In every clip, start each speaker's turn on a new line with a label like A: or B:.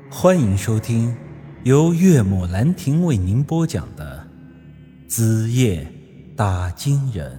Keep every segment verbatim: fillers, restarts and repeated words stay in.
A: 欢迎收听由岳母兰亭为您播讲的子夜打金人。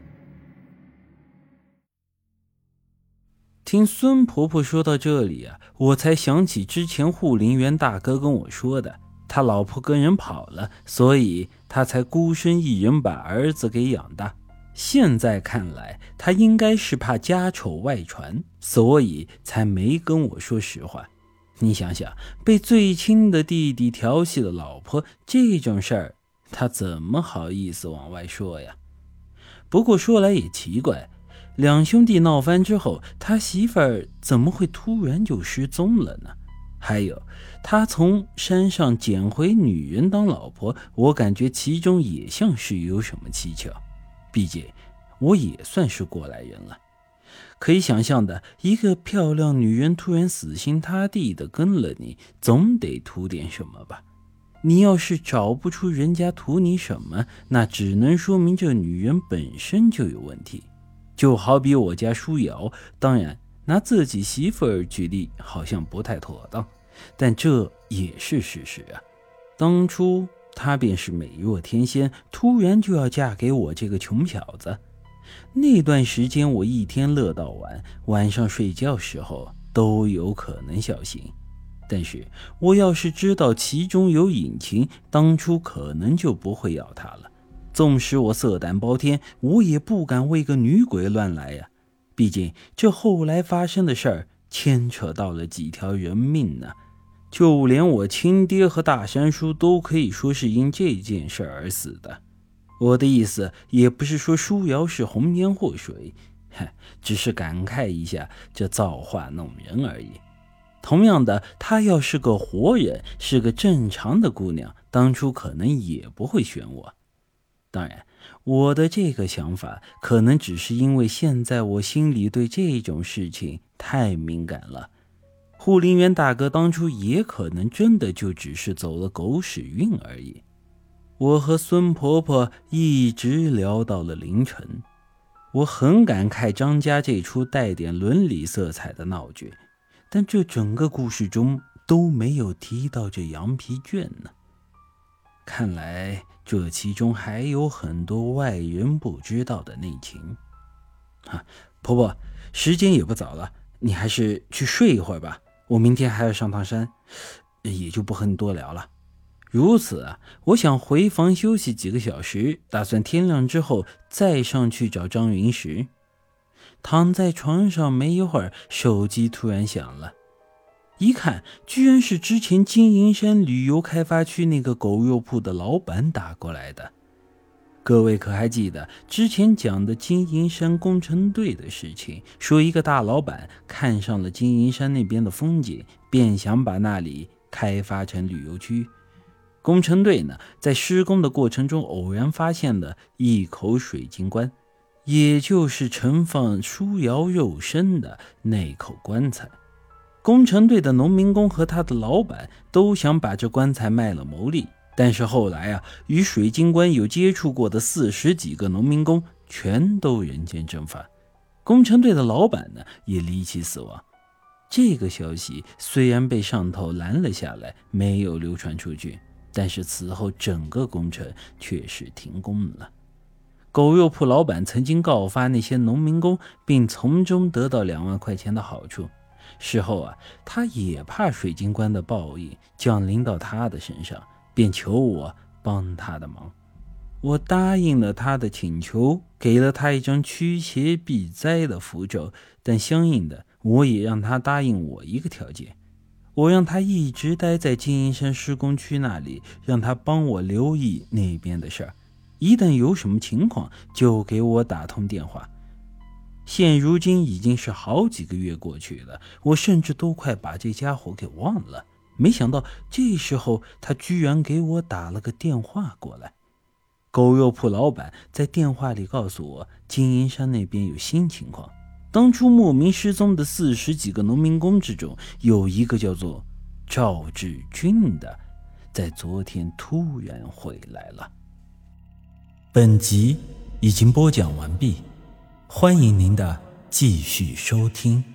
A: 听孙婆婆说到这里啊，我才想起之前护林员大哥跟我说的，他老婆跟人跑了，所以他才孤身一人把儿子给养大。现在看来，他应该是怕家丑外传，所以才没跟我说实话。你想想，被最亲的弟弟调戏的老婆，这种事儿他怎么好意思往外说呀？不过说来也奇怪，两兄弟闹翻之后，他媳妇儿怎么会突然就失踪了呢？还有，他从山上捡回女人当老婆，我感觉其中也像是有什么蹊跷。毕竟我也算是过来人了，可以想象的，一个漂亮女人突然死心塌地的跟了你，总得图点什么吧。你要是找不出人家图你什么，那只能说明这女人本身就有问题。就好比我家舒瑶，当然拿自己媳妇儿举例好像不太妥当，但这也是事实啊。当初她便是美若天仙，突然就要嫁给我这个穷小子。那段时间我一天乐到晚，晚上睡觉时候都有可能小醒。但是我要是知道其中有隐情，当初可能就不会要他了。纵使我色胆包天，我也不敢为个女鬼乱来呀、啊。毕竟这后来发生的事儿牵扯到了几条人命呢、啊。就连我亲爹和大山叔都可以说是因这件事而死的。我的意思也不是说舒瑶是红颜祸水，只是感慨一下这造化弄人而已。同样的，她要是个活人，是个正常的姑娘，当初可能也不会选我。当然，我的这个想法可能只是因为现在我心里对这种事情太敏感了。护林员大哥当初也可能真的就只是走了狗屎运而已。我和孙婆婆一直聊到了凌晨，我很感慨张家这出带点伦理色彩的闹剧，但这整个故事中都没有提到这羊皮卷呢。看来这其中还有很多外人不知道的内情。啊，婆婆，时间也不早了，你还是去睡一会儿吧，我明天还要上趟山，也就不和你多聊了。如此啊，我想回房休息几个小时，打算天亮之后再上去找张云石。躺在床上没一会儿，手机突然响了，一看居然是之前金银山旅游开发区那个狗肉铺的老板打过来的。各位可还记得之前讲的金银山工程队的事情，说一个大老板看上了金银山那边的风景，便想把那里开发成旅游区。工程队呢，在施工的过程中偶然发现了一口水晶棺，也就是盛放舒瑶肉身的那口棺材。工程队的农民工和他的老板都想把这棺材卖了牟利，但是后来啊，与水晶棺有接触过的四十几个农民工全都人间蒸发，工程队的老板呢也离奇死亡。这个消息虽然被上头拦了下来，没有流传出去，但是此后整个工程却是停工了。狗肉铺老板曾经告发那些农民工，并从中得到两万块钱的好处。事后啊，他也怕水晶棺的报应降临到他的身上，便求我帮他的忙。我答应了他的请求，给了他一张驱邪避灾的符咒，但相应的，我也让他答应我一个条件。我让他一直待在金银山施工区那里，让他帮我留意那边的事儿，一旦有什么情况就给我打通电话。现如今已经是好几个月过去了，我甚至都快把这家伙给忘了，没想到这时候他居然给我打了个电话过来。狗肉铺老板在电话里告诉我，金银山那边有新情况，当初莫名失踪的四十几个农民工之中，有一个叫做赵志军的，在昨天突然回来了。本集已经播讲完毕，欢迎您的继续收听。